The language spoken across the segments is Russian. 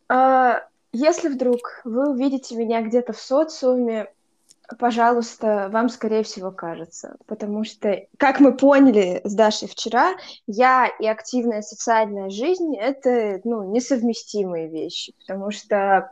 Если вдруг вы увидите меня где-то в социуме, пожалуйста, вам, скорее всего, кажется. Потому что, как мы поняли с Дашей вчера, я и активная социальная жизнь — это, ну, несовместимые вещи. Потому что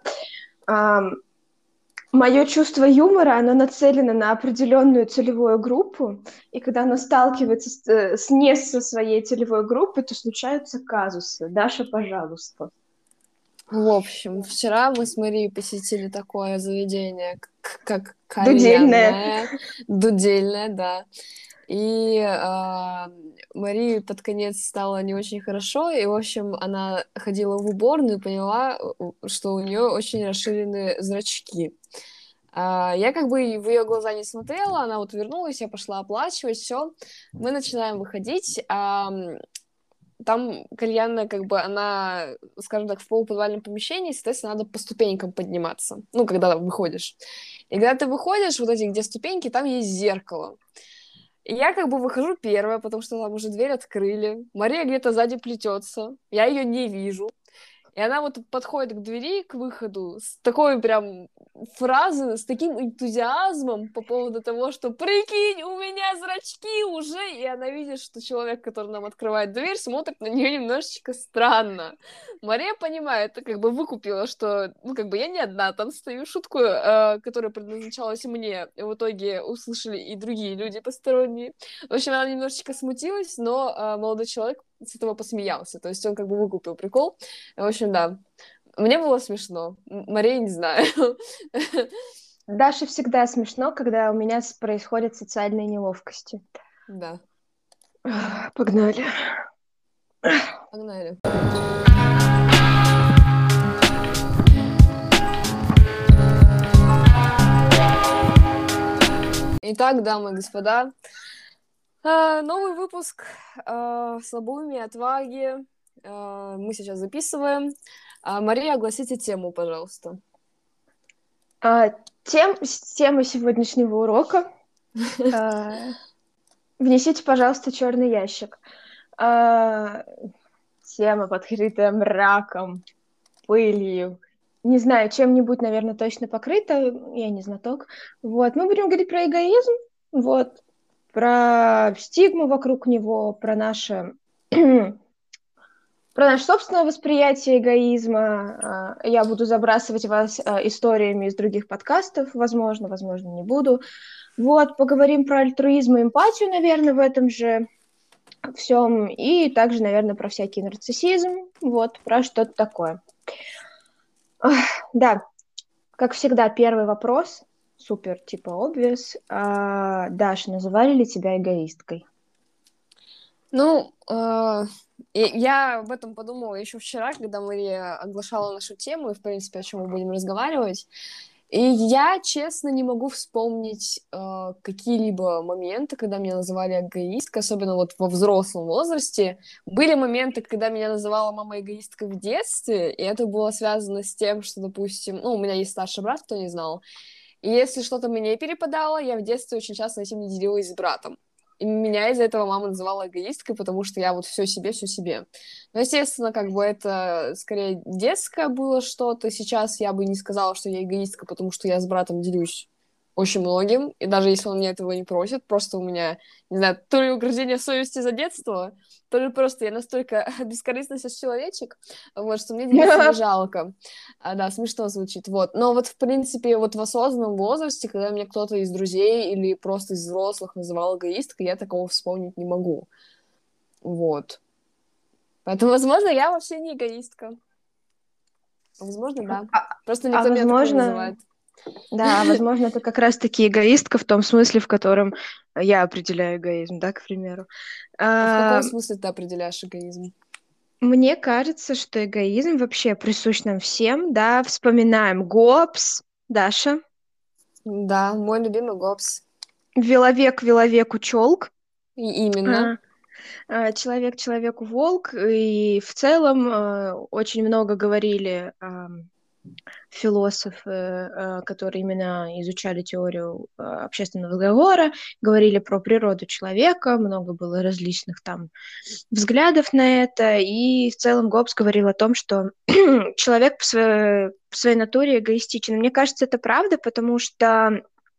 мое чувство юмора, оно нацелено на определенную целевую группу, и когда оно сталкивается не со своей целевой группой, то случаются казусы. Даша, пожалуйста. В общем, вчера мы с Марией посетили такое заведение, как Дудельная. кальянная, дудельная, да. И Марии под конец стало не очень хорошо, и, в общем, она ходила в уборную и поняла, что у нее очень расширены зрачки. Я как бы в ее глаза не смотрела, она вот вернулась, я пошла оплачивать, все. Мы начинаем выходить, там кальянная, как бы, она, скажем так, в полуподвальном помещении, соответственно, надо по ступенькам подниматься, ну, когда выходишь. И когда ты выходишь, вот эти, где ступеньки, там есть зеркало. И я как бы выхожу первая, потому что там уже дверь открыли. Мария где-то сзади плетется, я ее не вижу. И она вот подходит к двери, к выходу, с такой прям фразы, с таким энтузиазмом по поводу того, что прикинь, у меня зрачки уже, и она видит, что человек, который нам открывает дверь, смотрит на нее немножечко странно. Мария понимает, как бы выкупила, что, ну, как бы я не одна там стою, шутку, которая предназначалась мне, в итоге услышали и другие люди посторонние. В общем, она немножечко смутилась, но молодой человек с этого посмеялся, то есть он как бы выкупил прикол. В общем, да. Мне было смешно. Мария не знаю. Даше всегда смешно, когда у меня происходят социальные неловкости. Да, Погнали. погнали. Итак, дамы и господа, новый выпуск «Слабоумие, отваги». Мы сейчас записываем. Мария, огласите тему, пожалуйста. Тема сегодняшнего урока. А, Внесите, пожалуйста, черный ящик. А, Тема, покрытая мраком, пылью. Не знаю, чем-нибудь, наверное, точно покрыта. Я не знаток. Вот. Мы будем говорить про эгоизм. Вот. Про стигму вокруг него, про наше собственное восприятие эгоизма. Я буду забрасывать вас историями из других подкастов, возможно, возможно, не буду. Вот, поговорим про альтруизм и эмпатию, наверное, в этом же всем, и также, наверное, про всякий нарциссизм, вот, про что-то такое. Да, как всегда, первый вопрос, супер, типа, obvious. Даш, называли ли тебя эгоисткой? Ну, я об этом подумала еще вчера, когда Мария оглашала нашу тему и, в принципе, о чем мы будем разговаривать. И я, честно, не могу вспомнить какие-либо моменты, когда меня называли эгоисткой, особенно вот во взрослом возрасте. Были моменты, когда меня называла мама эгоисткой в детстве, и это было связано с тем, что, допустим, ну, у меня есть старший брат, кто не знал, и если что-то мне перепадало, я в детстве очень часто этим не делилась с братом. И меня из-за этого мама называла эгоисткой, потому что я вот все себе, все себе. Но, естественно, как бы это скорее детское было что-то. Сейчас я бы не сказала, что я эгоистка, потому что я с братом делюсь очень многим. И даже если он мне этого не просит, просто у меня, не знаю, то ли угрызение совести за детство, то ли просто я настолько бескорыстный сейчас человечек, вот, что мне делиться не жалко. Да, смешно звучит, вот. Но вот, в принципе, вот в осознанном возрасте, когда меня кто-то из друзей или просто из взрослых называл эгоисткой, я такого вспомнить не могу. Вот. Поэтому, возможно, я вообще не эгоистка. Возможно, да. А, Просто а никто меня так не возможно, называет. да, возможно, это как раз-таки эгоистка в том смысле, в котором я определяю эгоизм, да, к примеру. А в каком А, смысле ты определяешь эгоизм? Мне кажется, что эгоизм вообще присущ нам всем, да, вспоминаем Гоббс, Даша, Да, мой любимый Гоббс. Веловек веловеку челк, И именно. а, человек человеку волк, и в целом очень много говорили. философы, которые именно изучали теорию общественного договора, говорили про природу человека, много было различных там взглядов на это, и в целом Гоббс говорил о том, что человек по своей натуре эгоистичен. Мне кажется, это правда, потому что,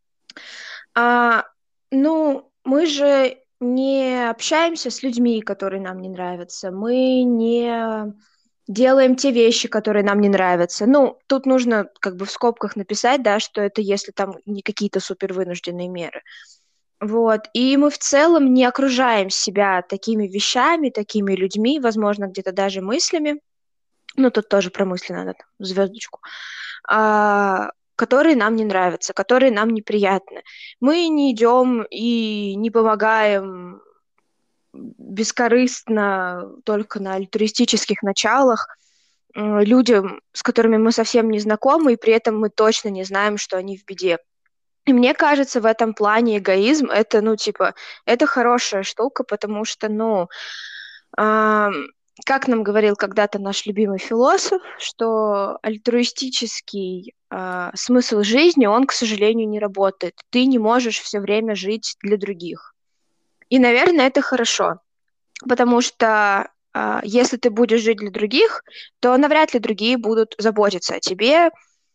ну, мы же не общаемся с людьми, которые нам не нравятся, мы не делаем те вещи, которые нам не нравятся. Ну, тут нужно как бы в скобках написать, да, что это если там не какие-то супер вынужденные меры. Вот. И мы в целом не окружаем себя такими вещами, такими людьми, возможно, где-то даже мыслями, ну, тут тоже про мысли надо, там, звездочку, которые нам не нравятся, которые нам неприятны. Мы не идем и не помогаем бескорыстно, только на альтруистических началах людям, с которыми мы совсем не знакомы, и при этом мы точно не знаем, что они в беде. И мне кажется, в этом плане эгоизм это, ну, типа, это хорошая штука, потому что, ну, как нам говорил когда-то наш любимый философ, что альтруистический смысл жизни, он, к сожалению, не работает. Ты не можешь все время жить для других. И, наверное, это хорошо, потому что если ты будешь жить для других, то навряд ли другие будут заботиться о тебе,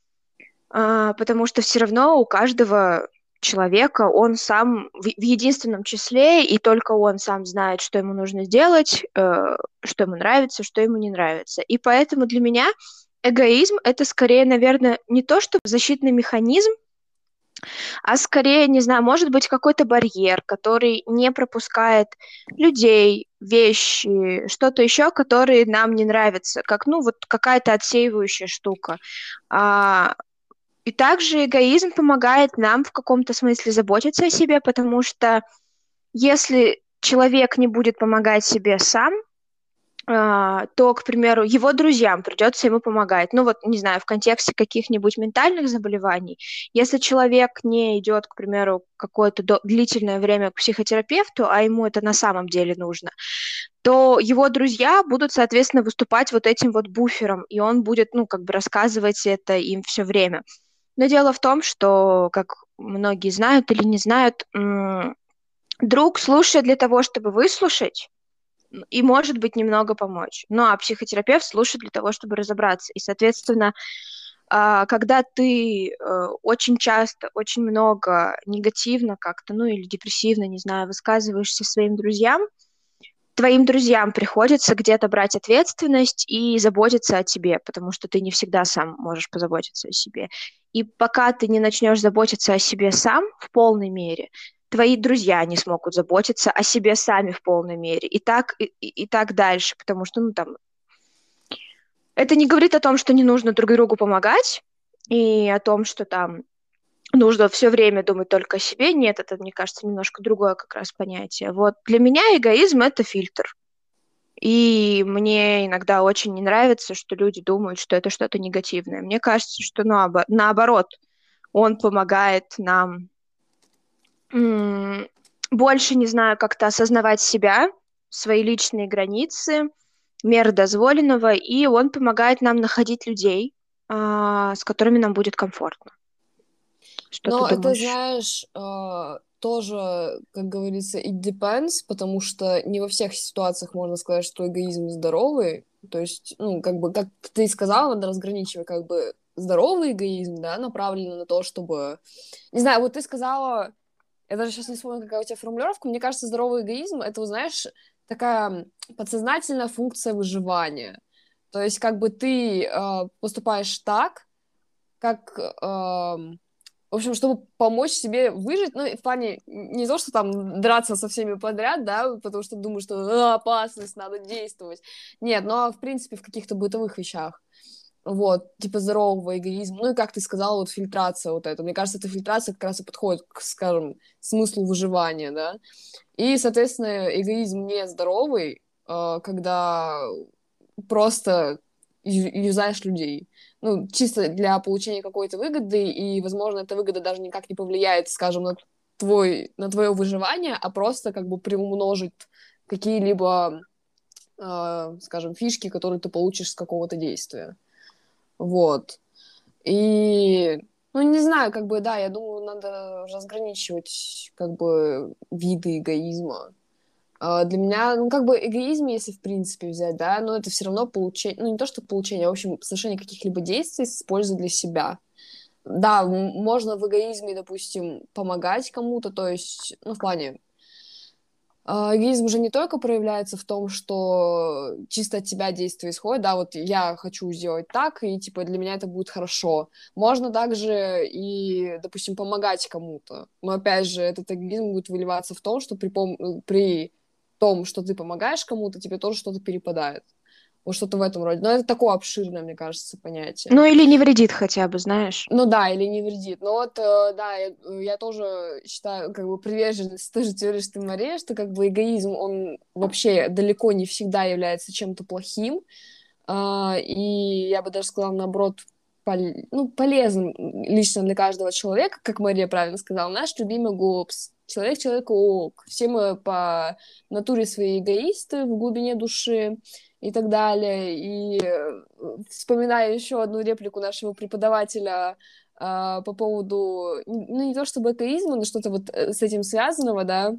потому что все равно у каждого человека он сам в единственном числе, и только он сам знает, что ему нужно сделать, что ему нравится, что ему не нравится. И поэтому для меня эгоизм это скорее, наверное, не то, что защитный механизм, а скорее, не знаю, может быть какой-то барьер, который не пропускает людей, вещи, что-то еще, которые нам не нравятся, как, ну, вот какая-то отсеивающая штука. А, и также эгоизм помогает нам в каком-то смысле заботиться о себе, потому что если человек не будет помогать себе сам, то, к примеру, его друзьям придется ему помогать. Ну вот, не знаю, в контексте каких-нибудь ментальных заболеваний. Если человек не идет, к примеру, какое-то длительное время к психотерапевту, а ему это на самом деле нужно, то его друзья будут, соответственно, выступать вот этим вот буфером, и он будет, ну, как бы рассказывать это им все время. Но дело в том, что, как многие знают или не знают, друг слушает для того, чтобы выслушать, и, может быть, немного помочь. Ну, а психотерапевт слушает для того, чтобы разобраться. И, соответственно, когда ты очень часто, очень много негативно как-то, ну, или депрессивно, не знаю, высказываешься своим друзьям, твоим друзьям приходится где-то брать ответственность и заботиться о тебе, потому что ты не всегда сам можешь позаботиться о себе. И пока ты не начнешь заботиться о себе сам в полной мере, твои друзья не смогут заботиться о себе сами в полной мере. И так дальше, потому что, ну, там, это не говорит о том, что не нужно друг другу помогать, и о том, что там нужно все время думать только о себе. Нет, это, мне кажется, немножко другое как раз понятие. Вот для меня эгоизм — это фильтр. И мне иногда очень не нравится, что люди думают, что это что-то негативное. Мне кажется, что наоборот, он помогает нам больше, не знаю, как-то осознавать себя, свои личные границы, меры дозволенного, и он помогает нам находить людей, с которыми нам будет комфортно. Что ты Но это, думаешь? знаешь, тоже, как говорится, it depends, потому что не во всех ситуациях можно сказать, что эгоизм здоровый. То есть, ну, как бы, как ты и сказала, надо разграничивать, как бы, здоровый эгоизм, да, направленный на то, чтобы... Не знаю, вот ты сказала, я даже сейчас не вспомню, какая у тебя формулировка, мне кажется, здоровый эгоизм — это, вот, знаешь, такая подсознательная функция выживания. То есть, как бы, ты поступаешь так, как... в общем, чтобы помочь себе выжить, ну, в плане не то, что там драться со всеми подряд, да, потому что думаю, что опасность, надо действовать. Нет, но, в принципе, в каких-то бытовых вещах. Вот, типа здорового эгоизма. Ну, и как ты сказала, вот фильтрация вот эта. Мне кажется, эта фильтрация как раз и подходит к, скажем, смыслу выживания, да. И, соответственно, эгоизм нездоровый, когда просто юзаешь людей. Ну, чисто для получения какой-то выгоды, и, возможно, эта выгода даже никак не повлияет, скажем, на твое выживание, а просто как бы приумножить какие-либо, скажем, фишки, которые ты получишь с какого-то действия. Вот. И, ну, не знаю, как бы, да, я думаю, надо разграничивать, как бы, виды эгоизма. Для меня, ну, как бы эгоизм, если в принципе взять, да, но это все равно получение, ну, не то, что получение, а, в общем, совершение каких-либо действий с пользой для себя. Да, можно в эгоизме, допустим, помогать кому-то, то есть, ну, в плане, эгоизм же не только проявляется в том, что чисто от тебя действие исходит, да, вот я хочу сделать так, и, типа, для меня это будет хорошо. Можно также и, допустим, помогать кому-то, но, опять же, этот эгоизм будет выливаться в том, что при том, что ты помогаешь кому-то, тебе тоже что-то перепадает. Вот что-то в этом роде. Но это такое обширное, мне кажется, понятие. Ну или не вредит хотя бы, знаешь. Ну да, или не вредит. Но вот, да, я тоже считаю, как бы приверженность той же теории, что и Мария, что как бы эгоизм, он вообще далеко не всегда является чем-то плохим. И я бы даже сказала, наоборот, ну, полезным лично для каждого человека, как Мария правильно сказала, наш любимый Гоббс. Человек человеку ок. Все мы по натуре свои эгоисты в глубине души и так далее. И вспоминаю еще одну реплику нашего преподавателя по поводу, ну, не то чтобы эгоизма, но что-то вот с этим связанного, да,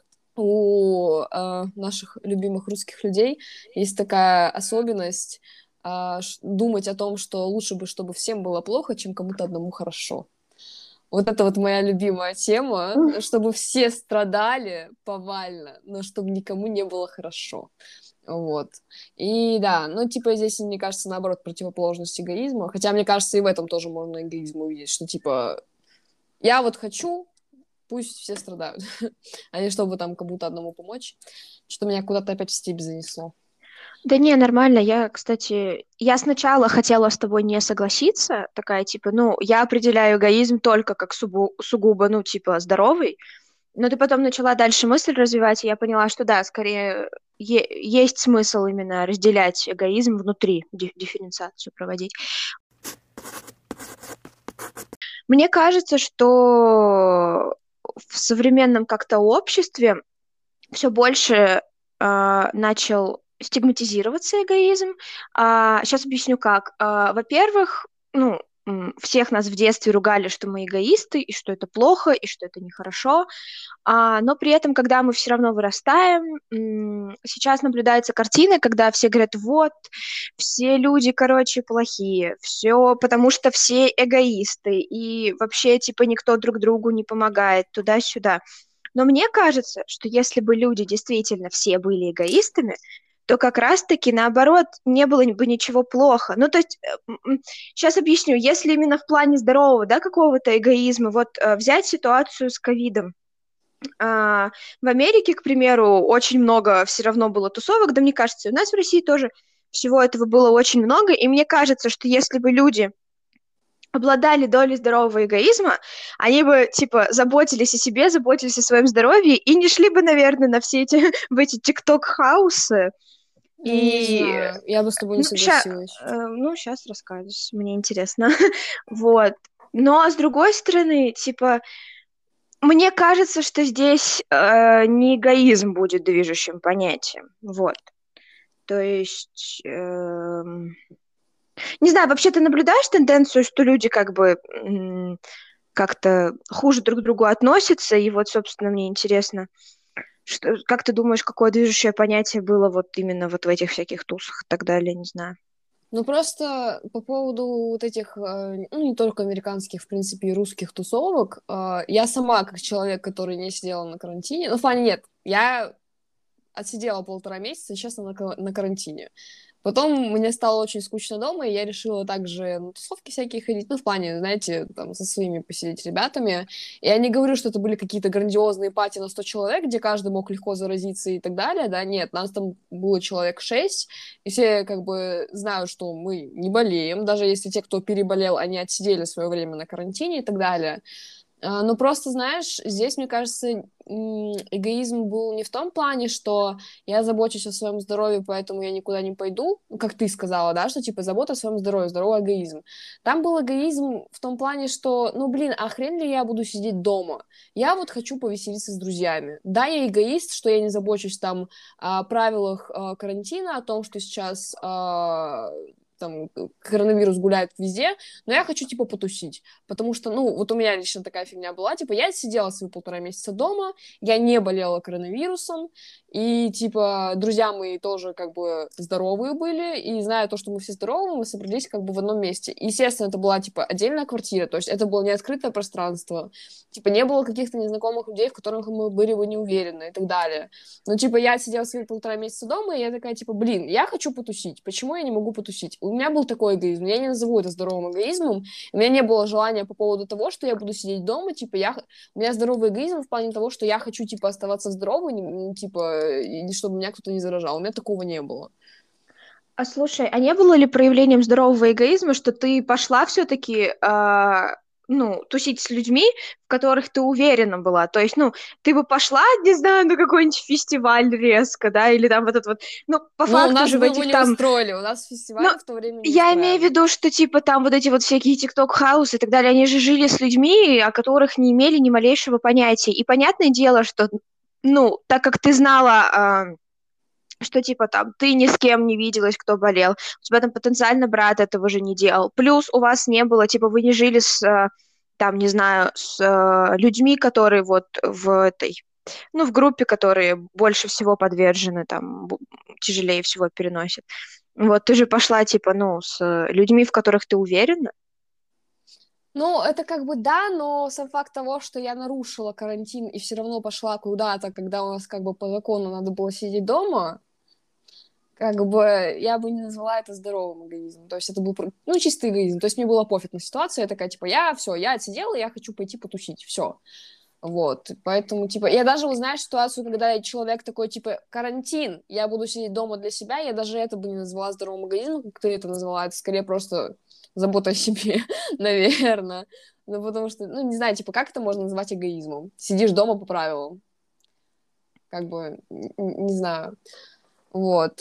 у наших любимых русских людей есть такая особенность думать о том, что лучше бы, чтобы всем было плохо, чем кому-то одному хорошо. Вот это вот моя любимая тема, чтобы все страдали повально, но чтобы никому не было хорошо. Вот. И да, ну, типа, здесь, мне кажется, наоборот, противоположность эгоизма. Хотя, мне кажется, и в этом тоже можно эгоизм увидеть, что, типа, я вот хочу, пусть все страдают, а не чтобы там кому-то одному помочь. Что меня куда-то опять в степь занесло. Да не, нормально. Я, кстати, я сначала хотела с тобой не согласиться, такая, типа, ну, я определяю эгоизм только как сугубо, ну, типа, здоровый, но ты потом начала дальше мысль развивать, и я поняла, что да, скорее есть смысл именно разделять эгоизм внутри, дифференциацию проводить. Мне кажется, что в современном как-то обществе все больше начал стигматизироваться эгоизм. Сейчас объясню как. Во-первых, ну, всех нас в детстве ругали, что мы эгоисты, и что это плохо, и что это нехорошо. Но при этом, когда мы все равно вырастаем, сейчас наблюдается картина, когда все говорят, вот, все люди, короче, плохие, все, потому что все эгоисты, и вообще, типа, никто друг другу не помогает, туда-сюда. Но мне кажется, что если бы люди действительно все были эгоистами, то как раз-таки наоборот не было бы ничего плохо. Ну, то есть, сейчас объясню, если именно в плане здорового, да, какого-то эгоизма, вот взять ситуацию с ковидом. В Америке, к примеру, очень много все равно было тусовок, да мне кажется, и у нас в России тоже всего этого было очень много, и мне кажется, что если бы люди обладали долей здорового эгоизма, они бы, типа, заботились о себе, заботились о своем здоровье и не шли бы, наверное, на все эти, в эти тикток-хаусы. Не И, знаю, я бы с тобой не ну, согласилась. сейчас расскажешь, мне интересно. Вот. Но, с другой стороны, типа, мне кажется, что здесь не эгоизм будет движущим понятием. Вот. То есть, не знаю, вообще ты наблюдаешь тенденцию, что люди как бы как-то хуже друг к другу относятся, и вот, собственно, мне интересно, как ты думаешь, какое движущее понятие было вот именно вот в этих всяких тусах и так далее, не знаю. Ну, просто по поводу вот этих, ну, не только американских, в принципе, и русских тусовок, я сама, как человек, который не сидела на карантине, ну, в плане нет, я отсидела 1,5 месяца, честно, на карантине. Потом мне стало очень скучно дома, и я решила также на тусовки всякие ходить, ну, в плане, знаете, там, со своими посидеть ребятами. И я не говорю, что это были какие-то грандиозные пати на 100 человек, где каждый мог легко заразиться и так далее, да, нет, нас там было человек 6, и все как бы знают, что мы не болеем, даже если те, кто переболел, они отсидели свое время на карантине и так далее. Ну, просто, знаешь, здесь, мне кажется, эгоизм был не в том плане, что я забочусь о своем здоровье, поэтому я никуда не пойду, ну, как ты сказала, да, что, типа, забота о своем здоровье, здоровый эгоизм. Там был эгоизм в том плане, что, ну, блин, а хрен ли я буду сидеть дома? Я вот хочу повеселиться с друзьями. Да, я эгоист, что я не забочусь там о правилах карантина, о том, что сейчас там коронавирус гуляет везде, но я хочу, типа, потусить, потому что, ну, вот у меня лично такая фигня была, типа, я сидела свои 1,5 месяца дома, я не болела коронавирусом, и, типа, друзья мои тоже, как бы, здоровые были, и зная то, что мы все здоровы, мы собрались, как бы, в одном месте. И, естественно, это была, типа, отдельная квартира, то есть это было не открытое пространство, типа, не было каких-то незнакомых людей, в которых мы были бы не уверены и так далее. Ну, типа, я сидела свои 1,5 месяца дома, и я такая, типа, блин, я хочу потусить. Почему я не могу потусить? У меня был такой эгоизм. Я не назову это здоровым эгоизмом. У меня не было желания по поводу того, что я буду сидеть дома. Типа, у меня здоровый эгоизм в плане того, что я хочу, типа, оставаться здоровой, типа, и чтобы меня кто-то не заражал. У меня такого не было. А слушай, а не было ли проявлением здорового эгоизма, что ты пошла все-таки, ну, тусить с людьми, в которых ты уверена была? То есть, ну, ты бы пошла, не знаю, на какой-нибудь фестиваль резко, да, или там вот этот вот, ну, по Но у факту нас же в бы его этих не там, устроили. У нас ну, фестивали в то время не я имею в устраивали. виду, что типа там вот эти вот всякие тикток-хаусы и так далее, они же жили с людьми, о которых не имели ни малейшего понятия. И понятное дело, что, ну, так как ты знала, что типа там ты ни с кем не виделась, кто болел, у тебя там потенциально брат этого же не делал. Плюс у вас не было, типа вы не жили с, там, не знаю, с людьми, которые вот в этой, ну, в группе, которые больше всего подвержены, там, тяжелее всего переносят. Вот ты же пошла, типа, ну, с людьми, в которых ты уверена. Ну, это как бы да, но сам факт того, что я нарушила карантин и все равно пошла куда-то, когда у нас как бы по закону надо было сидеть дома, как бы я бы не назвала это здоровым эгоизмом. То есть это был, ну, чистый эгоизм. То есть мне было пофиг на ситуацию. Я такая, типа, я отсидела, я хочу пойти потусить. Все. Вот. Поэтому, типа, я даже узнаю ситуацию, когда человек такой, типа, карантин, я буду сидеть дома для себя, я даже это бы не назвала здоровым эгоизмом, как ты это назвала. Это скорее просто забота о себе, наверное. Ну, потому что, ну, не знаю, типа, как это можно назвать эгоизмом? Сидишь дома по правилам. Как бы, не знаю. Вот.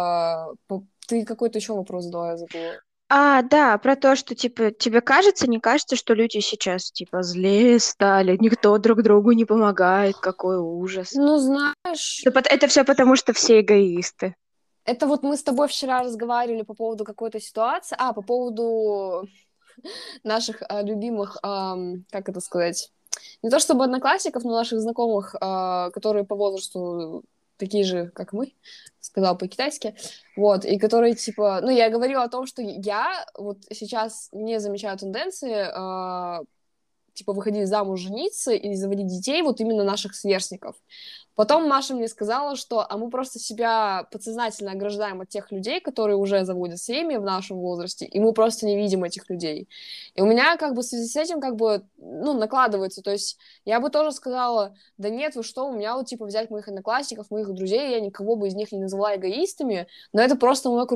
Ты какой-то еще вопрос задала, я забыла. Да, про то, что, типа, тебе кажется, не кажется, что люди сейчас, типа, злее стали, никто друг другу не помогает, какой ужас. Ну, знаешь, Это все потому, что все эгоисты. это вот мы с тобой вчера разговаривали по поводу какой-то ситуации, по поводу наших любимых, как это сказать, не то чтобы одноклассников, но наших знакомых, которые по возрасту такие же, как мы, сказал по-китайски, вот, и которые, типа, ну, я говорила о том, что я вот сейчас не замечаю тенденции, типа, выходить замуж, жениться и заводить детей, вот именно наших сверстников. Потом Маша мне сказала, что мы просто себя подсознательно ограждаем от тех людей, которые уже заводят семьи в нашем возрасте, и мы просто не видим этих людей. И у меня как бы в связи с этим как бы, ну, накладывается, то есть я бы тоже сказала, да нет, вы что, у меня вот типа взять моих одноклассников, моих друзей, я никого бы из них не назвала эгоистами, но это просто мой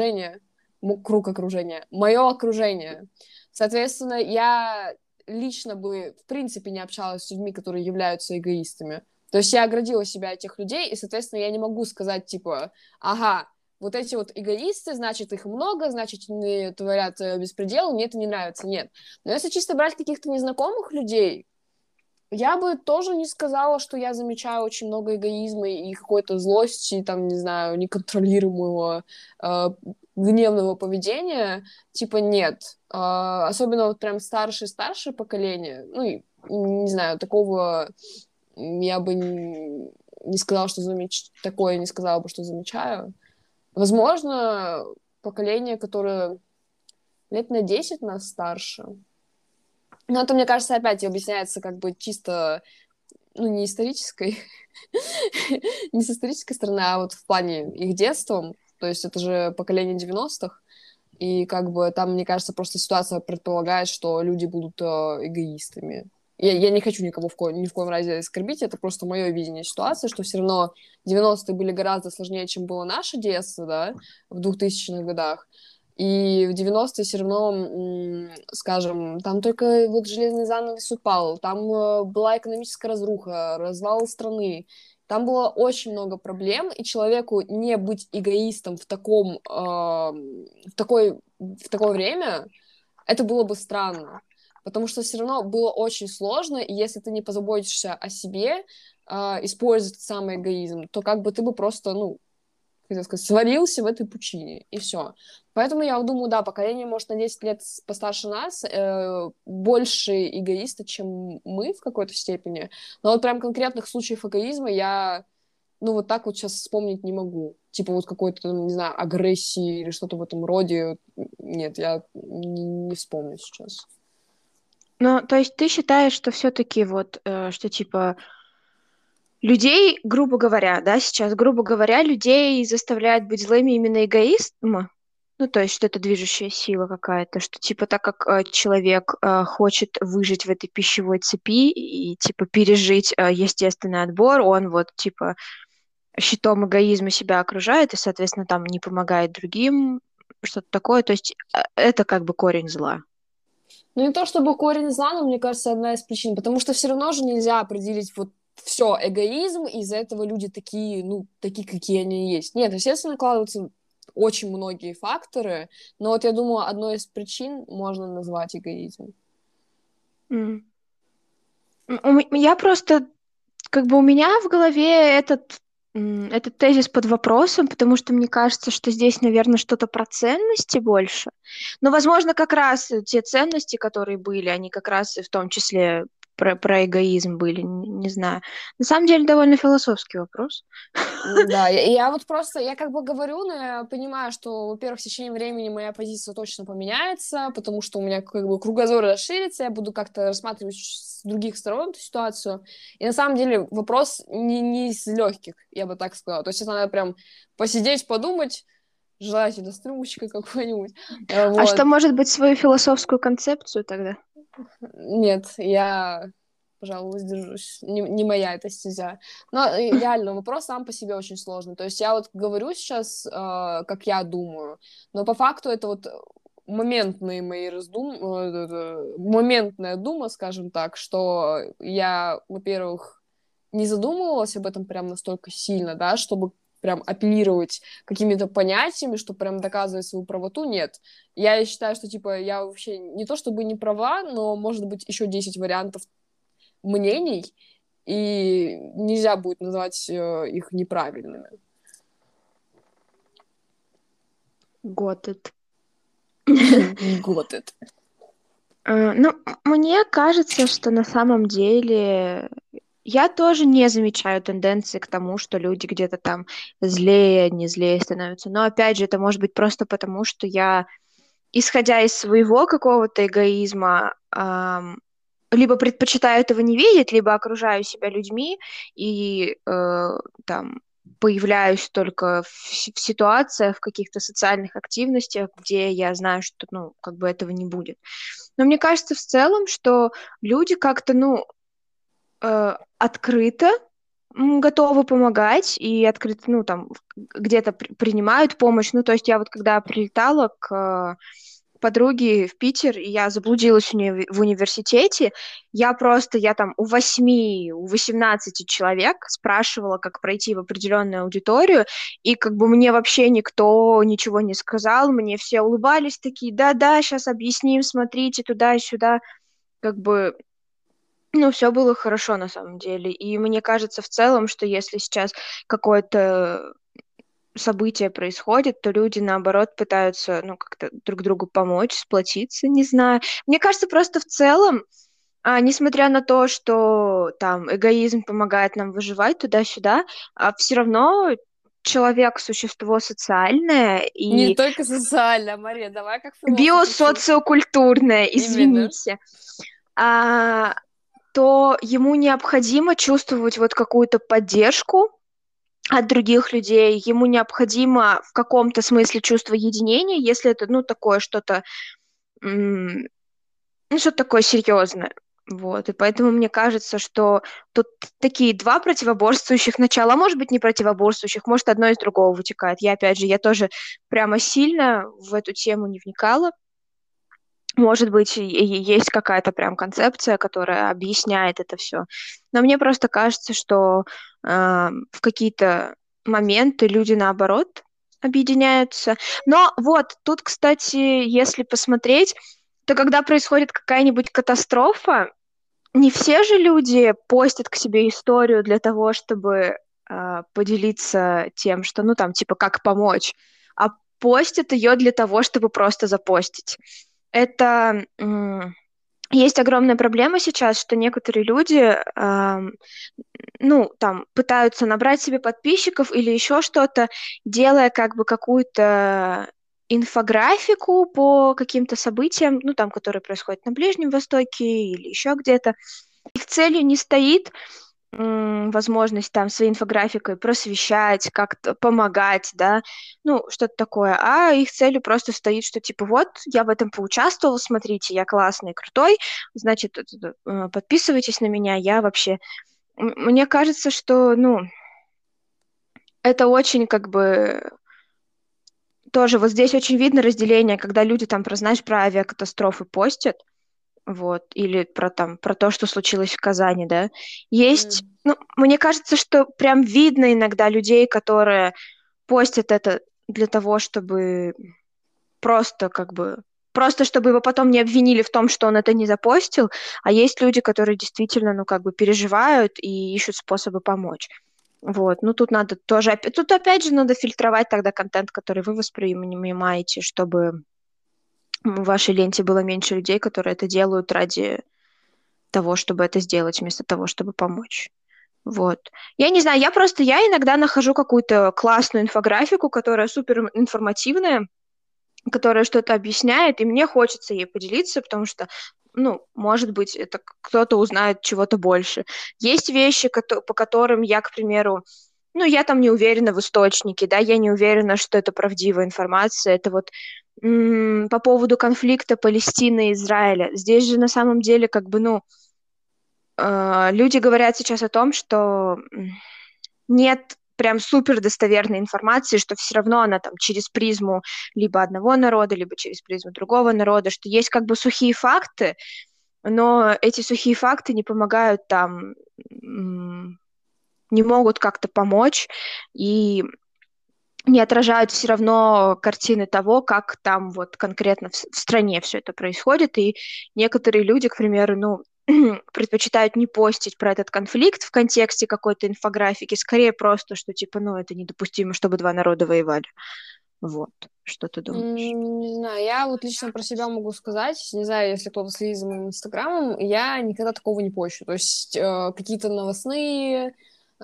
круг окружения, мое окружение. Соответственно, я лично бы в принципе не общалась с людьми, которые являются эгоистами. То есть я оградила себя от тех людей, и, соответственно, я не могу сказать, типа, ага, вот эти вот эгоисты, значит, их много, значит, они творят беспредел, мне это не нравится. Нет. Но если чисто брать каких-то незнакомых людей, я бы тоже не сказала, что я замечаю очень много эгоизма и какой-то злости, там, не знаю, неконтролируемого гневного поведения. Типа нет. Особенно вот прям старшее поколение. Ну, и, не знаю, такого я бы не сказала, что такое не сказала бы, что замечаю. Возможно, поколение, которое лет на 10 нас старше. Но это, мне кажется, опять объясняется как бы чисто, ну, не исторической, не с исторической стороны, а вот в плане их детством. То есть это же поколение 90-х. И как бы там, мне кажется, просто ситуация предполагает, что люди будут эгоистами. Я не хочу никого ни в коем разе оскорбить, это просто мое видение ситуации, что все равно 90-е были гораздо сложнее, чем было наше детство, да, в 2000-х годах. И в 90-е все равно, скажем, там только вот железный занавес упал, там была экономическая разруха, развал страны, там было очень много проблем, и человеку не быть эгоистом в такое время, это было бы странно. Потому что все равно было очень сложно, и если ты не позаботишься о себе, используя этот самый эгоизм, то как бы ты бы просто, ну, хотел сказать, сварился в этой пучине, и все. Поэтому я думаю, да, поколение, может, на 10 лет постарше нас, больше эгоисты, чем мы в какой-то степени. Но вот прям конкретных случаев эгоизма я, ну, вот так вот сейчас вспомнить не могу. Типа вот какой-то, не знаю, агрессии или что-то в этом роде. Нет, я не вспомню сейчас. Ну, то есть ты считаешь, что все-таки вот, что типа людей, грубо говоря, да, сейчас, грубо говоря, людей заставляет быть злыми именно эгоизм? Ну, то есть, что это движущая сила какая-то, что, типа, так как человек хочет выжить в этой пищевой цепи и, типа, пережить естественный отбор, он вот, типа, щитом эгоизма себя окружает и, соответственно, там не помогает другим, что-то такое. То есть, это как бы корень зла. Ну, не то чтобы корень зла, но, мне кажется, одна из причин. Потому что все равно же нельзя определить вот все, эгоизм, и из-за этого люди такие, ну, такие, какие они есть. Нет, естественно, накладываются очень многие факторы, но вот я думаю, одной из причин можно назвать эгоизм. М. Я просто как бы у меня в голове этот тезис под вопросом, потому что мне кажется, что здесь, наверное, что-то про ценности больше. Но, возможно, как раз те ценности, которые были, они как раз и в том числе про эгоизм были, не знаю. На самом деле, довольно философский вопрос. Да, я вот просто, я как бы говорю, но я понимаю, что, во-первых, в течение времени моя позиция точно поменяется, потому что у меня как бы кругозор расширится, я буду как-то рассматривать с других сторон эту ситуацию. И на самом деле вопрос не из легких, я бы так сказала. То есть это надо прям посидеть, подумать, желательно с рюмочкой какой-нибудь. А что Вот. может быть свою философскую концепцию тогда? Нет, я, пожалуй, воздержусь. Не моя эта стезя. Но реально, вопрос сам по себе очень сложный. То есть я вот говорю сейчас, как я думаю, но по факту это вот моментные мои моментная дума, скажем так, что я, во-первых, не задумывалась об этом прям настолько сильно, да, чтобы прям апеллировать какими-то понятиями, чтобы прям доказывать свою правоту, нет. Я считаю, что, типа, я вообще не то чтобы не права, но, может быть, еще 10 вариантов мнений, и нельзя будет назвать их неправильными. Got it. Год это. Ну, мне кажется, что на самом деле я тоже не замечаю тенденции к тому, что люди где-то там злее, не злее становятся. Но опять же, это может быть просто потому, что я, исходя из своего какого-то эгоизма, либо предпочитаю этого не видеть, либо окружаю себя людьми и там появляюсь только в ситуациях, в каких-то социальных активностях, где я знаю, что, ну, как бы этого не будет. Но мне кажется в целом, что люди как-то, ну, открыто готовы помогать и открыто, ну, там, где-то принимают помощь. Ну, то есть я вот когда прилетала к подруге в Питер, и я заблудилась в университете, я там у 18 человек спрашивала, как пройти в определенную аудиторию, и как бы мне вообще никто ничего не сказал, мне все улыбались такие, да-да, сейчас объясним, смотрите туда и сюда, как бы ну, все было хорошо на самом деле. И мне кажется в целом, что если сейчас какое-то событие происходит, то люди, наоборот, пытаются, ну, как-то друг другу помочь, сплотиться, не знаю. Мне кажется, просто в целом, несмотря на то, что там эгоизм помогает нам выживать туда-сюда, все равно человек– существо социальное Не и только социально, Мария, давай как философ учить. биосоциокультурное, Именно. извините. А, то ему необходимо чувствовать вот какую-то поддержку от других людей, ему необходимо в каком-то смысле чувство единения, если это, ну, такое что-то, ну, что-то такое серьезное. Вот, и поэтому мне кажется, что тут такие два противоборствующих начала, а может быть, не противоборствующих, может, одно из другого вытекает. Опять же, я тоже прямо сильно в эту тему не вникала, может быть, и есть какая-то прям концепция, которая объясняет это все. Но мне просто кажется, что в какие-то моменты люди наоборот объединяются. Но вот тут, кстати, если посмотреть, то когда происходит какая-нибудь катастрофа, не все же люди постят к себе историю для того, чтобы поделиться тем, что, ну, там, типа, как помочь, а постят ее для того, чтобы просто запостить. Это есть огромная проблема сейчас, что некоторые люди, ну, там, пытаются набрать себе подписчиков или еще что-то, делая как бы какую-то инфографику по каким-то событиям, ну, там, которые происходят на Ближнем Востоке или еще где-то. Их целью не стоит возможность там своей инфографикой просвещать, как-то помогать, да, ну, что-то такое, а их целью просто стоит, что типа вот, я в этом поучаствовал, смотрите, я классный, крутой, значит, подписывайтесь на меня, я вообще... Мне кажется, что, ну, это очень как бы... Тоже вот здесь очень видно разделение, когда люди там, про, знаешь, про авиакатастрофы постят, вот, или про там, про то, что случилось в Казани, да. Есть, ну, мне кажется, что прям видно иногда людей, которые постят это для того, чтобы просто как бы, просто чтобы его потом не обвинили в том, что он это не запостил, а есть люди, которые действительно, ну, как бы переживают и ищут способы помочь. Вот, ну тут надо тоже, тут опять же надо фильтровать тогда контент, который вы воспринимаете, чтобы в вашей ленте было меньше людей, которые это делают ради того, чтобы это сделать, вместо того, чтобы помочь. Вот. Я не знаю, я иногда нахожу какую-то классную инфографику, которая супер информативная, которая что-то объясняет, и мне хочется ей поделиться, потому что, ну, может быть, это кто-то узнает чего-то больше. Есть вещи, по которым я, к примеру, ну, я там не уверена в источнике, да, я не уверена, что это правдивая информация. Это вот по поводу конфликта Палестины и Израиля. Здесь же на самом деле, как бы, ну, люди говорят сейчас о том, что нет прям супер достоверной информации, что все равно она там через призму либо одного народа, либо через призму другого народа, что есть как бы сухие факты, но эти сухие факты не помогают там, не могут как-то помочь и не отражают все равно картины того, как там вот конкретно в стране все это происходит, и некоторые люди, к примеру, ну, предпочитают не постить про этот конфликт в контексте какой-то инфографики, скорее просто, что типа, ну, это недопустимо, чтобы два народа воевали. Вот. Что ты думаешь? Не знаю, я вот лично про себя могу сказать, не знаю, если кто-то следит за моим инстаграмом, я никогда такого не пощу. То есть какие-то новостные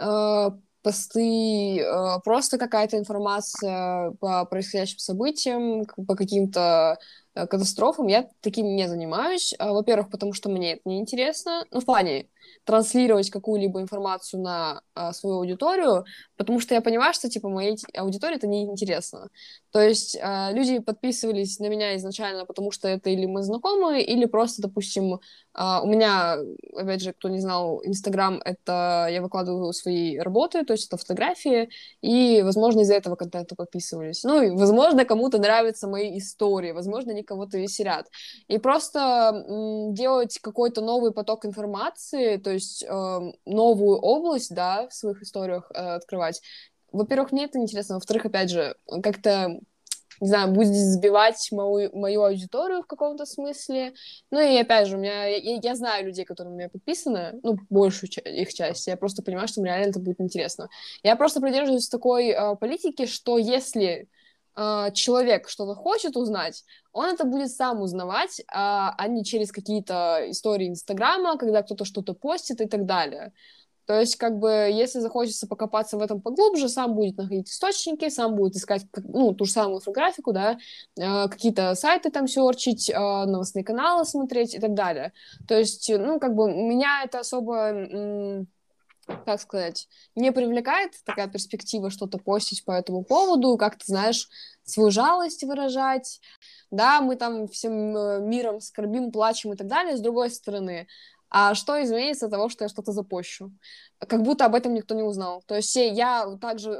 посты, просто какая-то информация по происходящим событиям, по каким-то катастрофам, я таким не занимаюсь. Во-первых, потому что мне это не интересно, ну, в плане транслировать какую-либо информацию на свою аудиторию, потому что я понимаю, что, типа, моей аудитории это не интересно. То есть люди подписывались на меня изначально, потому что это или мы знакомы, или просто, допустим, у меня, опять же, кто не знал, Инстаграм — это я выкладываю свои работы, то есть это фотографии, и, возможно, из-за этого контента подписывались. Ну, и, возможно, кому-то нравятся мои истории, возможно, они кого-то веселят. И просто делать какой-то новый поток информации, то есть новую область, да, в своих историях открывать, во-первых, мне это интересно, во-вторых, опять же, как-то, не знаю, будет сбивать мою аудиторию в каком-то смысле. Ну и опять же, я знаю людей, которые у меня подписаны, ну, большую их часть, я просто понимаю, что мне реально это будет интересно. Я просто придерживаюсь такой политики, что если человек что-то хочет узнать, он это будет сам узнавать, а не через какие-то истории Инстаграма, когда кто-то что-то постит и так далее. То есть, как бы, если захочется покопаться в этом поглубже, сам будет находить источники, сам будет искать, ну, ту же самую инфографику, да, какие-то сайты там серчить, новостные каналы смотреть и так далее. То есть, ну, как бы, меня это особо, как сказать, не привлекает такая перспектива что-то постить по этому поводу, как ты знаешь, свою жалость выражать. Да, мы там всем миром скорбим, плачем и так далее, с другой стороны. А что изменится от того, что я что-то запощу? Как будто об этом никто не узнал. То есть я также,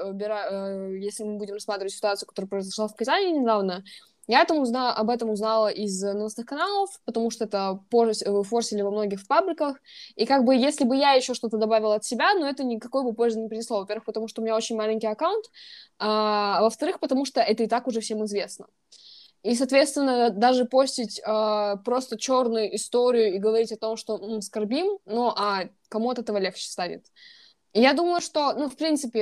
если мы будем рассматривать ситуацию, которая произошла в Казани недавно, я об этом узнала из новостных каналов, потому что это форсили во многих пабликах. И как бы если бы я еще что-то добавила от себя, но это никакой бы пользы не принесло. Во-первых, потому что у меня очень маленький аккаунт, а во-вторых, потому что это и так уже всем известно. И, соответственно, даже постить просто черную историю и говорить о том, что скорбим, ну, а кому от этого легче станет. Я думаю, что, ну, в принципе,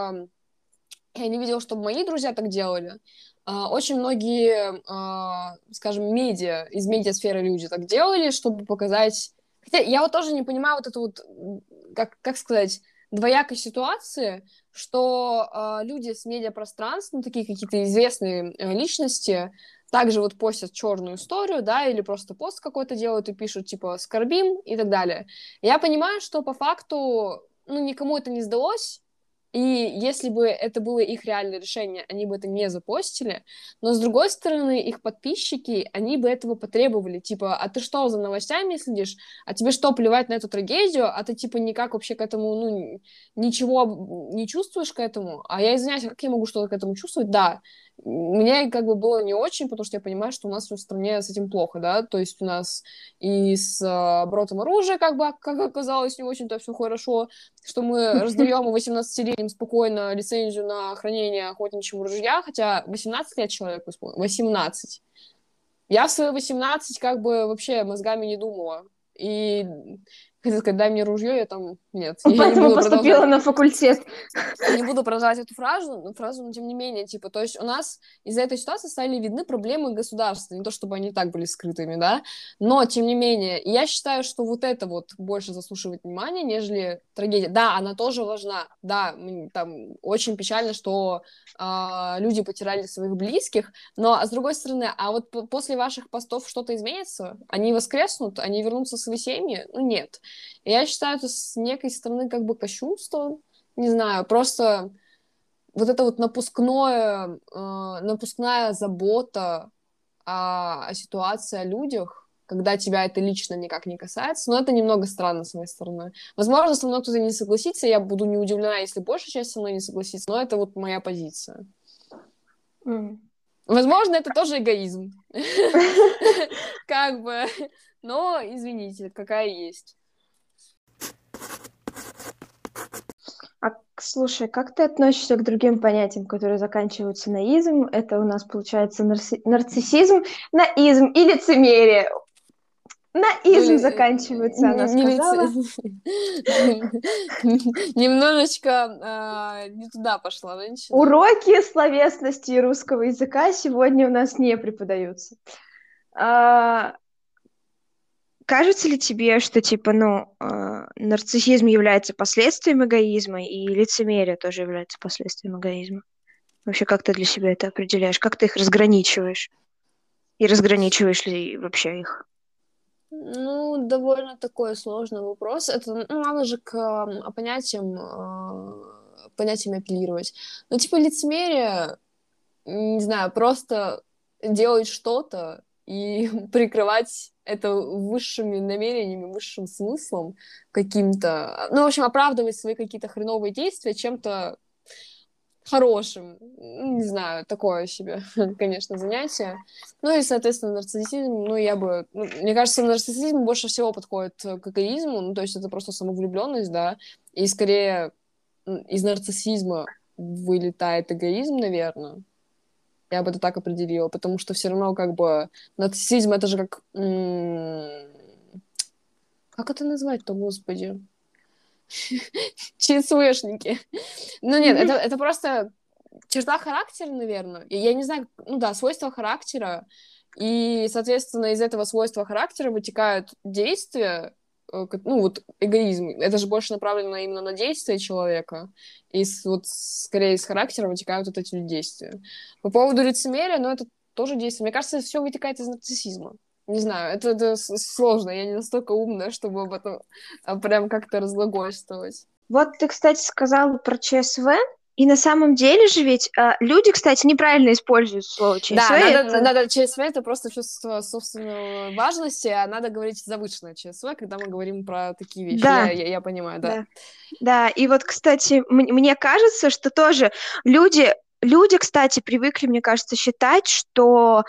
я не видела, чтобы мои друзья так делали. Очень многие, скажем, из медиасферы люди так делали, чтобы показать... Хотя я вот тоже не понимаю вот эту вот, как сказать, двоякой ситуации, что люди с медиапространства, ну, такие какие-то известные личности, также вот постят черную историю, да, или просто пост какой-то делают и пишут, типа, «скорбим» и так далее. Я понимаю, что по факту, ну, никому это не сдалось, и если бы это было их реальное решение, они бы это не запостили. Но, с другой стороны, их подписчики, они бы этого потребовали. Типа, а ты что, за новостями следишь? А тебе что, плевать на эту трагедию? А ты, типа, никак вообще к этому, ну, ничего не чувствуешь к эту? А я извиняюсь, а как я могу что-то к этому чувствовать? Да, мне как бы было не очень, потому что я понимаю, что у нас в стране с этим плохо, да, то есть у нас и с оборотом оружия, как бы, как оказалось, не очень-то все хорошо, что мы раздаем 18-летним спокойно лицензию на хранение охотничьего ружья, хотя 18 лет человеку исполнилось, 18. Я в свои 18 как бы вообще мозгами не думала. И хотела сказать, дай мне ружье, я там... Нет, я не Поэтому буду поступила продолжать. на факультет. Не буду продолжать эту фразу, но тем не менее, типа, то есть у нас из-за этой ситуации стали видны проблемы государства, не то чтобы они и так были скрытыми, да, но тем не менее, я считаю, что вот это вот больше заслуживает внимания, нежели трагедия. Да, она тоже важна, да, там очень печально, что люди потеряли своих близких, но, с другой стороны, а вот после ваших постов что-то изменится? Они воскреснут? Они вернутся в свои семьи? Ну, нет. Я считаю это с некой стороны как бы кощунством, не знаю, просто вот это вот напускная забота о ситуации, о людях, когда тебя это лично никак не касается, но это немного странно с моей стороны. Возможно, со мной кто-то не согласится, я буду не удивлена, если большая часть со мной не согласится, но это вот моя позиция. М. Возможно, это тоже эгоизм. Как бы, но, извините, какая есть. Слушай, как ты относишься к другим понятиям, которые заканчиваются на изм? Это у нас получается нарциссизм, наизм и лицемерие. На Ну, изм заканчивается, она сказала. Немножечко не туда пошла женщина. Уроки словесности и русского языка сегодня у нас не преподаются. А, Кажется ли тебе, что типа, ну, нарциссизм является последствием эгоизма, и лицемерие тоже является последствием эгоизма? Вообще, как ты для себя это определяешь? Как ты их разграничиваешь? И разграничиваешь ли вообще их? Ну, довольно такой сложный вопрос. Это, ну, надо же к понятиям апеллировать. Ну, типа, лицемерие, не знаю, просто делать что-то и прикрывать это высшими намерениями, высшим смыслом каким-то. Ну, в общем, оправдывать свои какие-то хреновые действия чем-то хорошим. Не знаю, такое себе, конечно, занятие. Ну и, соответственно, нарциссизм, ну, мне кажется, нарциссизм больше всего подходит к эгоизму, ну, то есть это просто самовлюбленность, да, и скорее из нарциссизма вылетает эгоизм, наверное. Я бы это так определила, потому что все равно как бы нарциссизм это же как... Как это назвать-то, господи? ЧСВшники. Ну нет, это просто черта характера, наверное. Я не знаю, ну да, свойства характера. И, соответственно, из этого свойства характера вытекают действия, ну вот эгоизм. Это же больше направлено именно на действия человека. И вот скорее из характера вытекают вот эти действия. По поводу лицемерия, ну это тоже действие. Мне кажется, все вытекает из нарциссизма. Не знаю, это сложно. Я не настолько умная, чтобы об этом прям как-то разглагольствовать. Вот ты, кстати, сказала про ЧСВ, и на самом деле же ведь люди, кстати, неправильно используют слово ЧСВ. Да, Это надо ЧСВ это просто чувство собственной важности, а надо говорить завышенное ЧСВ, когда мы говорим про такие вещи. да, Я понимаю, да. да, да. И вот, кстати, мне кажется, что тоже люди, кстати, привыкли, мне кажется, считать, что,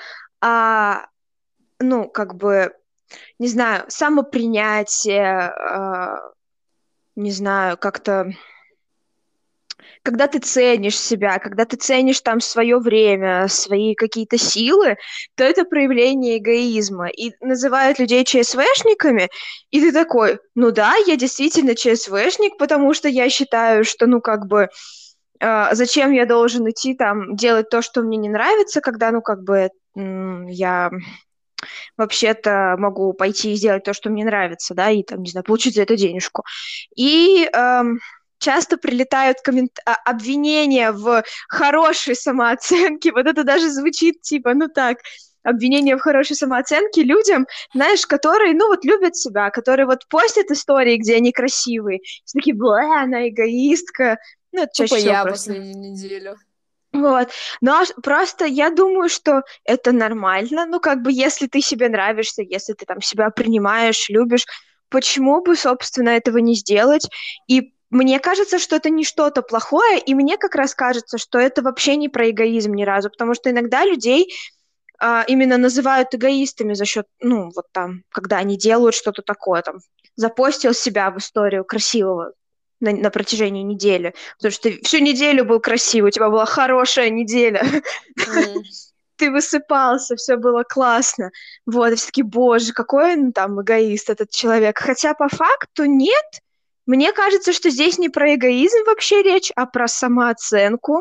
ну, как бы, не знаю, самопринятие, не знаю, как-то когда ты ценишь себя, когда ты ценишь там свое время, свои какие-то силы, то это проявление эгоизма. И называют людей ЧСВшниками, и ты такой, ну да, я действительно ЧСВшник, потому что я считаю, что, ну, как бы, зачем я должен идти там делать то, что мне не нравится, когда, ну, как бы, я вообще-то могу пойти и сделать то, что мне нравится, да, и там, не знаю, получить за это денежку. И часто прилетают обвинения в хорошей самооценке. Вот это даже звучит типа, ну так, обвинения в хорошей самооценке людям, знаешь, которые, ну вот, любят себя, которые вот постят истории, где они красивые. Все такие, бля, она эгоистка. Ну, это Тупо чаще всего я просто. последнюю неделю. Вот. Но просто я думаю, что это нормально. Ну, как бы, если ты себе нравишься, если ты там себя принимаешь, любишь, почему бы, собственно, этого не сделать? И мне кажется, что это не что-то плохое, и мне как раз кажется, что это вообще не про эгоизм ни разу, потому что иногда людей именно называют эгоистами за счет, ну, вот там, когда они делают что-то такое, там, запостил себя в историю красивого на протяжении недели, потому что ты всю неделю был красивый, у тебя была хорошая неделя, М. ты высыпался, все было классно, вот, и все таки боже, какой он там эгоист, этот человек, хотя по факту нет, мне кажется, что здесь не про эгоизм вообще речь, а про самооценку,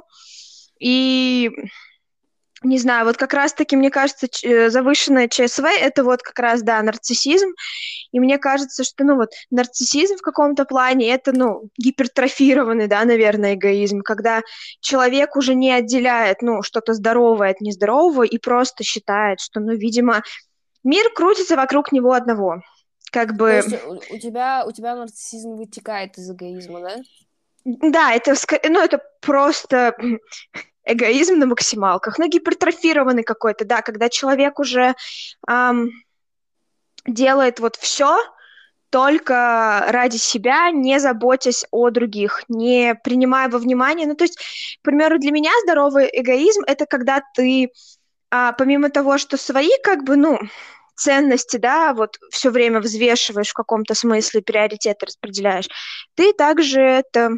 и не знаю, вот как раз-таки, мне кажется, завышенное ЧСВ — это вот как раз, да, нарциссизм. И мне кажется, что, ну, вот нарциссизм в каком-то плане — это, ну, гипертрофированный, да, наверное, эгоизм, когда человек уже не отделяет, ну, что-то здоровое от нездорового и просто считает, что, ну, видимо, мир крутится вокруг него одного. Как То есть бы, у тебя нарциссизм вытекает из эгоизма, да? да, это, ну, это просто эгоизм на максималках, ну, гипертрофированный какой-то, да, когда человек уже ам, делает вот все только ради себя, не заботясь о других, не принимая во внимание. Ну, то есть, к примеру, для меня здоровый эгоизм — это когда ты, помимо того, что свои, как бы, ну, ценности, да, вот все время взвешиваешь в каком-то смысле, приоритеты распределяешь, ты также это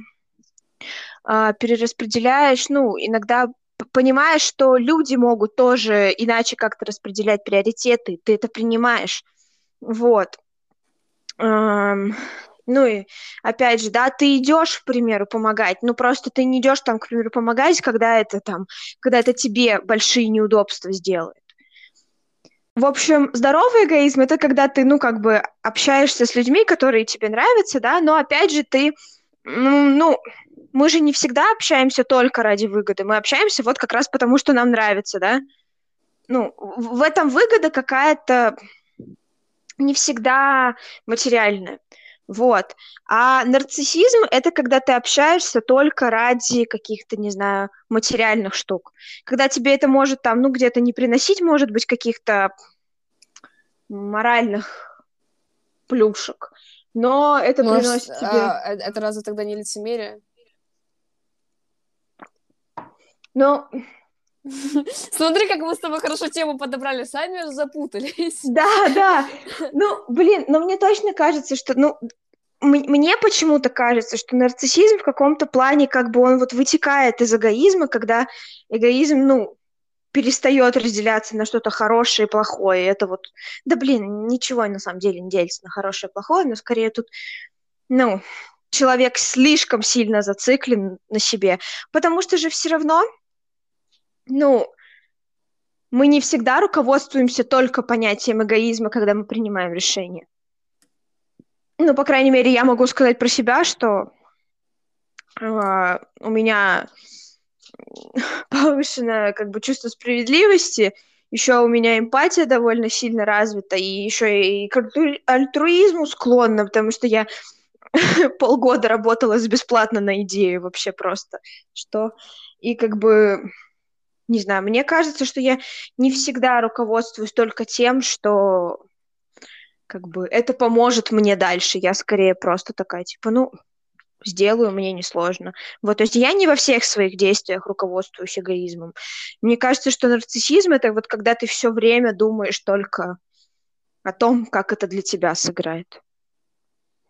перераспределяешь, ну, иногда понимаешь, что люди могут тоже иначе как-то распределять приоритеты, ты это принимаешь. Вот. Ам, ну и опять же, да, ты идешь, к примеру, помогать, ну просто ты не идешь там, к примеру, помогать, когда это тебе большие неудобства сделает. В общем, здоровый эгоизм — это когда ты, ну, как бы общаешься с людьми, которые тебе нравятся, да, но опять же ты, ну, мы же не всегда общаемся только ради выгоды, мы общаемся вот как раз потому, что нам нравится, да. Ну, в этом выгода какая-то не всегда материальное. Вот. А нарциссизм — это когда ты общаешься только ради каких-то, не знаю, материальных штук. Когда тебе это может там, ну, где-то не приносить, может быть, каких-то моральных плюшек, но это Может, приносит тебе... это разве тогда не лицемерие? Ну, Смотри, как мы с тобой хорошо тему подобрали, сами запутались. да, да. Ну, блин, но мне точно кажется, что, ну, мне почему-то кажется, что нарциссизм в каком-то плане, как бы он вот вытекает из эгоизма, когда эгоизм, ну, перестает разделяться на что-то хорошее и плохое. Это вот, да блин, ничего на самом деле не делится на хорошее и плохое, но скорее тут, ну, человек слишком сильно зациклен на себе, потому что же все равно, ну, мы не всегда руководствуемся только понятием эгоизма, когда мы принимаем решение. Ну, по крайней мере, я могу сказать про себя, что у меня повышенное как бы чувство справедливости, еще у меня эмпатия довольно сильно развита, и еще и к альтруизму склонна, потому что я полгода работала с бесплатно на идею вообще просто, что и как бы, не знаю, мне кажется, что я не всегда руководствуюсь только тем, что как бы это поможет мне дальше. Я скорее просто такая, типа, ну, сделаю, мне несложно. Вот, то есть я не во всех своих действиях руководствуюсь эгоизмом. Мне кажется, что нарциссизм — это вот когда ты все время думаешь только о том, как это для тебя сыграет.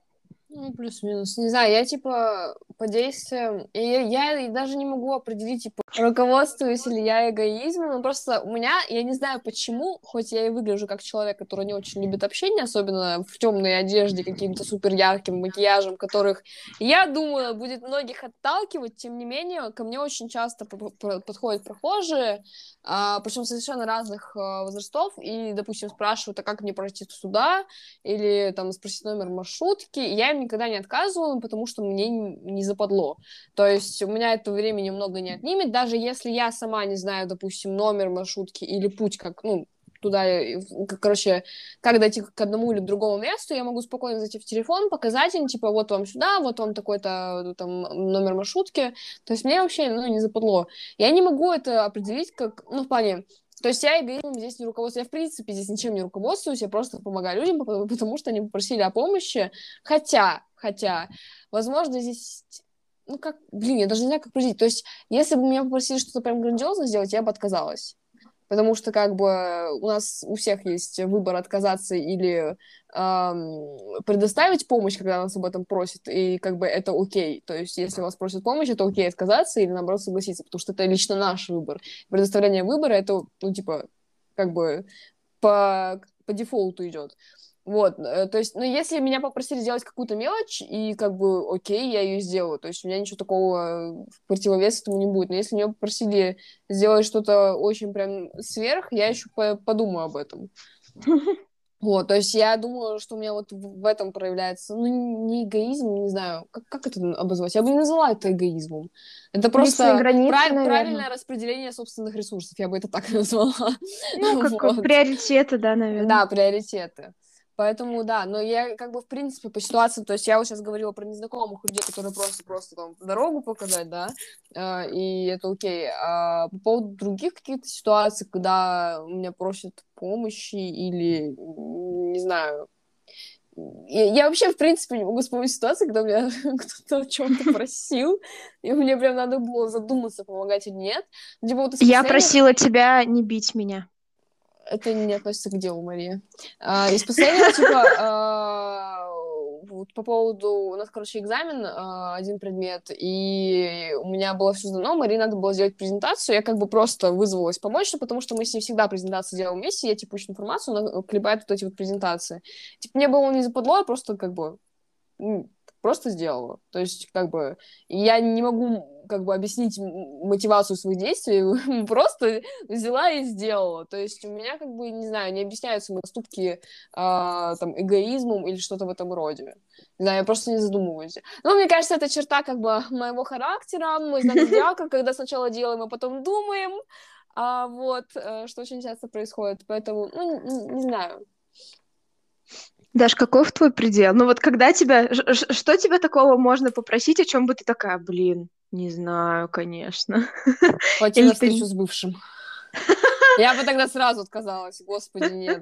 Ну, плюс-минус. Не знаю, я, типа, по действиям... Я даже не могу определить, типа, руководствуюсь ли я эгоизмом. Ну, просто у меня, я не знаю почему, хоть я и выгляжу как человек, который не очень любит общение, особенно в темной одежде, каким-то супер ярким макияжем, которых, я думаю, будет многих отталкивать, тем не менее, ко мне очень часто подходят прохожие, причем совершенно разных возрастов, и, допустим, спрашивают, а как мне пройти сюда, или там спросить номер маршрутки, и я им никогда не отказываю, потому что мне не западло. То есть у меня это времени много не отнимет, даже если я сама не знаю, допустим, номер маршрутки или путь, как, ну, туда, короче, как дойти к одному или к другому месту, я могу спокойно зайти в телефон, показать им, типа, вот вам сюда, вот вам такой-то там номер маршрутки. То есть мне вообще, ну, не западло. Я не могу это определить как, ну, в плане, то есть я эгоизмом здесь не руководствуюсь, я, в принципе, здесь ничем не руководствуюсь, я просто помогаю людям, потому что они попросили о помощи, хотя, возможно, здесь, ну, как, блин, я даже не знаю, как определить, то есть если бы меня попросили что-то прям грандиозно сделать, я бы отказалась, потому что, как бы, у нас у всех есть выбор отказаться или предоставить помощь, когда нас об этом просят, и, как бы, это окей, то есть если вас просят помощь, это окей отказаться или, наоборот, согласиться, потому что это лично наш выбор. Предоставление выбора, это, ну, типа, как бы по дефолту идет. Вот, то есть, ну, если меня попросили сделать какую-то мелочь, и как бы, окей, я ее сделаю, то есть у меня ничего такого в противовес этому не будет, но если меня попросили сделать что-то очень прям сверх, я еще подумаю об этом. Вот, то есть я думаю, что у меня вот в этом проявляется, ну, не эгоизм, не знаю, как это обозвать? Я бы не назвала это эгоизмом. Это Личные просто границы, наверное. правильное распределение собственных ресурсов, я бы это так назвала. Ну, как Вот. приоритеты, да, наверное. Да, приоритеты. Поэтому, да, но я как бы, в принципе, по ситуации, то есть я вот сейчас говорила про незнакомых людей, которые просто там дорогу показать, да, и это окей. А по поводу других каких-то ситуаций, когда меня просят помощи или, не знаю, я вообще, в принципе, не могу вспомнить ситуацию, когда меня кто-то о чем-то просил, и мне прям надо было задуматься, помогать или нет. Типа вот из Я последних просила тебя не бить меня. это не относится к делу, Мария. Из последнего, типа, вот по поводу... У нас, короче, экзамен, один предмет, и у меня было все сдано, Марии надо было сделать презентацию, я как бы просто вызвалась помочь, потому что мы с ней всегда презентации делаем вместе, я, типа, ищу информацию, она клепает вот эти вот презентации. Типа, мне было не западло, я просто, как бы, просто сделала. То есть, как бы, я не могу, как бы, объяснить мотивацию своих действий, просто взяла и сделала. То есть, у меня, как бы, не знаю, не объясняются мои поступки там, эгоизмом или что-то в этом роде. Не знаю, я просто не задумываюсь. Но мне кажется, это черта, как бы, моего характера, мой знак зодиака, когда сначала делаем, а потом думаем, вот, что очень часто происходит. Поэтому, ну, не знаю. Даш, каков твой предел? Ну вот когда тебя... Что тебя такого можно попросить, о чем бы ты такая, блин, не знаю, конечно. Пойти Или на ты... встречу с бывшим. Я бы тогда сразу отказалась. Господи, нет.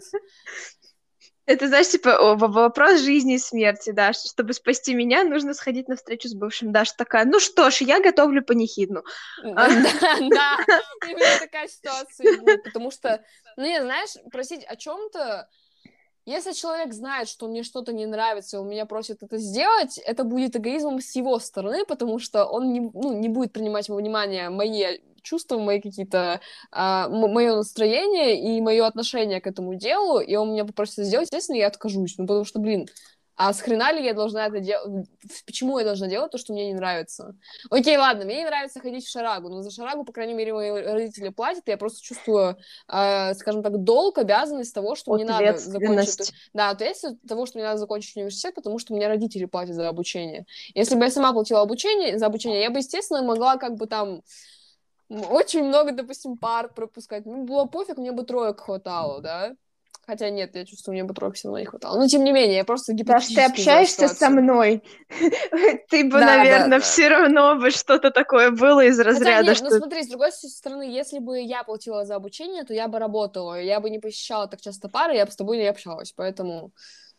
Это, знаешь, типа, вопрос жизни и смерти, да, чтобы спасти меня, нужно сходить на встречу с бывшим. Даша такая, ну что ж, я готовлю панихидну. Да, да, именно такая ситуация и будет, потому что, ну, не, знаешь, просить о чем-то, если человек знает, что мне что-то не нравится, и он меня просит это сделать, это будет эгоизмом с его стороны, потому что он не, ну, не будет принимать во внимание мои чувства, мои какие-то, мое настроение и мое отношение к этому делу, и он меня попросит это сделать, естественно, я откажусь, ну, потому что, блин, а с хрена ли я должна это делать? Почему я должна делать то, что мне не нравится? Окей, ладно, мне не нравится ходить в шарагу, но за шарагу, по крайней мере, мои родители платят, и я просто чувствую, скажем так, долг, обязанность того, что мне надо закончить... Ответственность. Да, ответственность того, что мне надо закончить университет, потому что мне родители платят за обучение. Если бы я сама платила за обучение, я бы, естественно, могла как бы там очень много, допустим, пар пропускать. Мне было пофиг, мне бы троек хватало, да? Хотя нет, я чувствую, мне бы троек все равно не хватало. Но тем не менее, я просто Даш, ты гипотетически взяла общаешься со ситуацию. мной. Ты бы, Да, да, наверное, да, все да. равно бы что-то такое было из Хотя разряда, нет, ну что смотри, с другой стороны, если бы я платила за обучение, то я бы работала, я бы не посещала так часто пары, я бы с тобой не общалась, поэтому...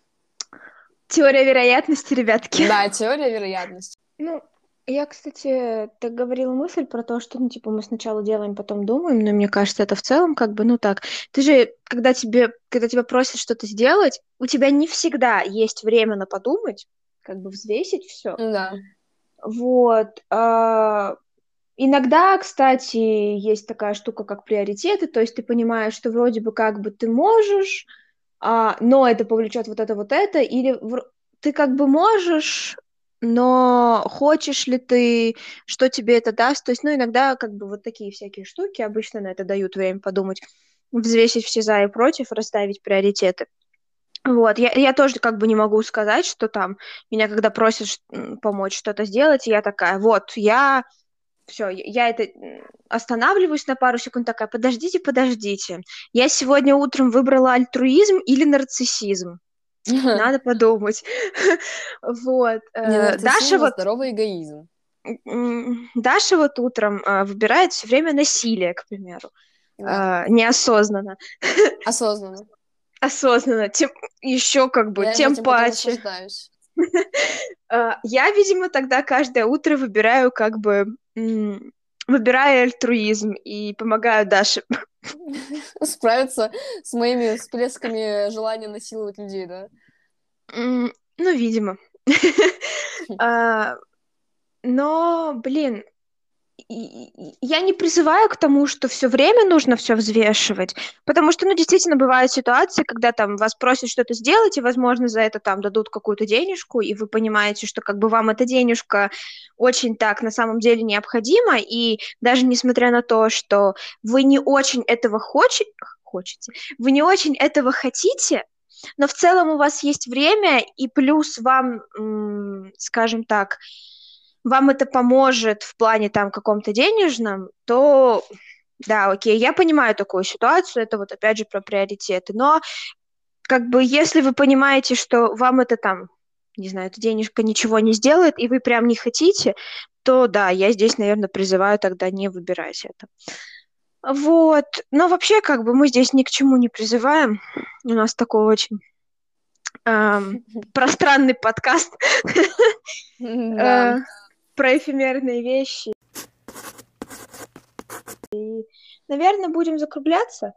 теория вероятности, ребятки. Да, теория вероятности. Ну, я, кстати, так говорила мысль про то, что, ну, типа, мы сначала делаем, потом думаем, но мне кажется, это в целом как бы, ну, так. Ты же, когда тебя просят что-то сделать, у тебя не всегда есть время на подумать, как бы взвесить все. Да. Вот. Иногда, кстати, есть такая штука, как приоритеты, то есть ты понимаешь, что вроде бы как бы ты можешь, но это повлечет вот это, или ты как бы можешь, но хочешь ли ты, что тебе это даст, то есть, ну, иногда как бы вот такие всякие штуки обычно на это дают время подумать, взвесить все за и против, расставить приоритеты. Вот, я тоже как бы не могу сказать, что там меня когда просят помочь что-то сделать, я такая, вот, все, я это останавливаюсь на пару секунд, такая, подождите, я сегодня утром выбрала альтруизм или нарциссизм, надо подумать. Вот. Не нарциссизм, а здоровый эгоизм. Даша вот утром выбирает все время насилие, к примеру, неосознанно. Осознанно. Осознанно, тем еще как бы, Я тем этим потом паче. наслаждаюсь. Я, видимо, тогда каждое утро выбираю как бы, выбираю альтруизм и помогаю Даше. Справиться с моими всплесками желания насиловать людей, да? Ну, видимо. Но, блин, я не призываю к тому, что все время нужно все взвешивать, потому что, ну, действительно, бывают ситуации, когда там вас просят что-то сделать, и, возможно, за это там дадут какую-то денежку, и вы понимаете, что как бы вам эта денежка очень так на самом деле необходима, и даже несмотря на то, что вы не очень этого хотите, вы не очень этого хотите, но в целом у вас есть время, и плюс вам, скажем так, вам это поможет в плане там каком-то денежном, то да, окей, я понимаю такую ситуацию, это вот опять же про приоритеты, но как бы если вы понимаете, что вам это там, не знаю, эта денежка ничего не сделает, и вы прям не хотите, то да, я здесь, наверное, призываю тогда не выбирать это. Вот, но вообще как бы мы здесь ни к чему не призываем, у нас такой очень пространный подкаст. Да. Про эфемерные вещи. И, наверное, будем закругляться.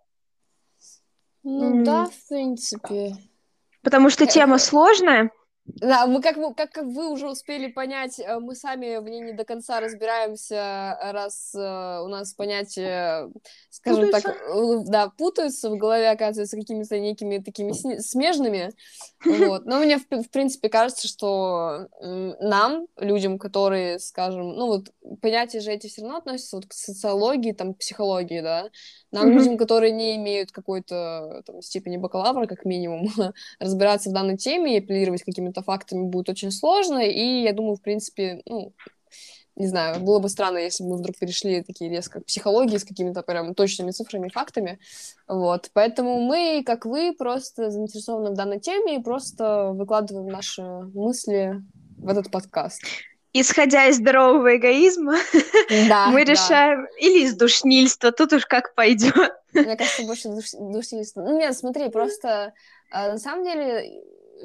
Ну да, в принципе. Потому что тема сложная. Да, мы как вы уже успели понять, мы сами в ней не до конца разбираемся, раз у нас понятия, скажем так, да, путаются в голове, оказывается, какими-то некими такими смежными. Вот. Но мне, в принципе, кажется, что нам, людям, которые, скажем, ну вот понятия же эти все равно относятся вот к социологии, там, к психологии, да, нам, людям, которые не имеют какой-то там, степени бакалавра, как минимум, разбираться в данной теме и апеллировать какими-то фактами будет очень сложно, и я думаю, в принципе, ну, не знаю, было бы странно, если бы мы вдруг перешли такие резко к психологии с какими-то прям точными цифрами, фактами, вот, поэтому мы, как вы, просто заинтересованы в данной теме и просто выкладываем наши мысли в этот подкаст. Исходя из здорового эгоизма, мы решаем, или из душнильства, тут уж как пойдет. Мне кажется, больше душнильства. Ну, нет, смотри, просто на самом деле,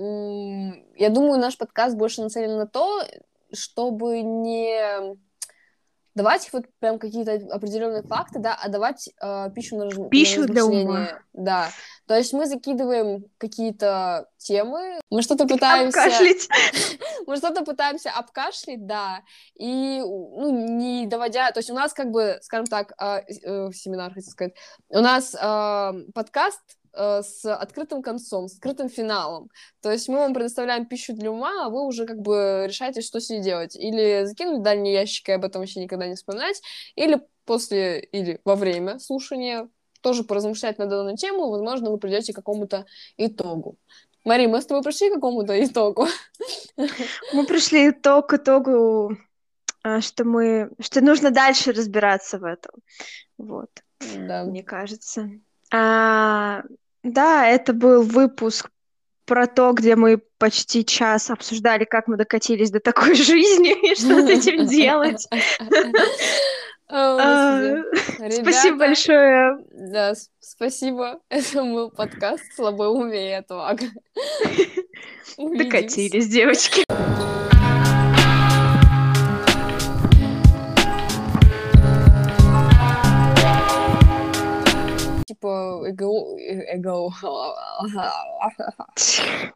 я думаю, наш подкаст больше нацелен на то, чтобы не давать вот прям какие-то определенные факты, да, а давать пищу на размышление. Для ума. Да. То есть мы закидываем какие-то темы, мы что-то пытаемся... Обкашлять. Мы что-то пытаемся обкашлять, да, и, ну, не доводя... То есть у нас как бы, скажем так, семинар, хотел сказать, у нас подкаст с открытым концом, с открытым финалом. То есть мы вам предоставляем пищу для ума, а вы уже как бы решаете, что с ней делать. Или закинуть в дальний ящик и об этом вообще никогда не вспоминать, или после, или во время слушания тоже поразмышлять на данную тему, возможно, вы придете к какому-то итогу. Мари, мы с тобой пришли к какому-то итогу? Мы пришли к итогу, что нужно дальше разбираться в этом. Вот, да. Мне кажется. Да, это был выпуск про то, где мы почти час обсуждали, как мы докатились до такой жизни и что с этим делать. Спасибо большое. Да, спасибо. Это был подкаст «Слабоумие и отвага». Докатились, девочки. Типа эго...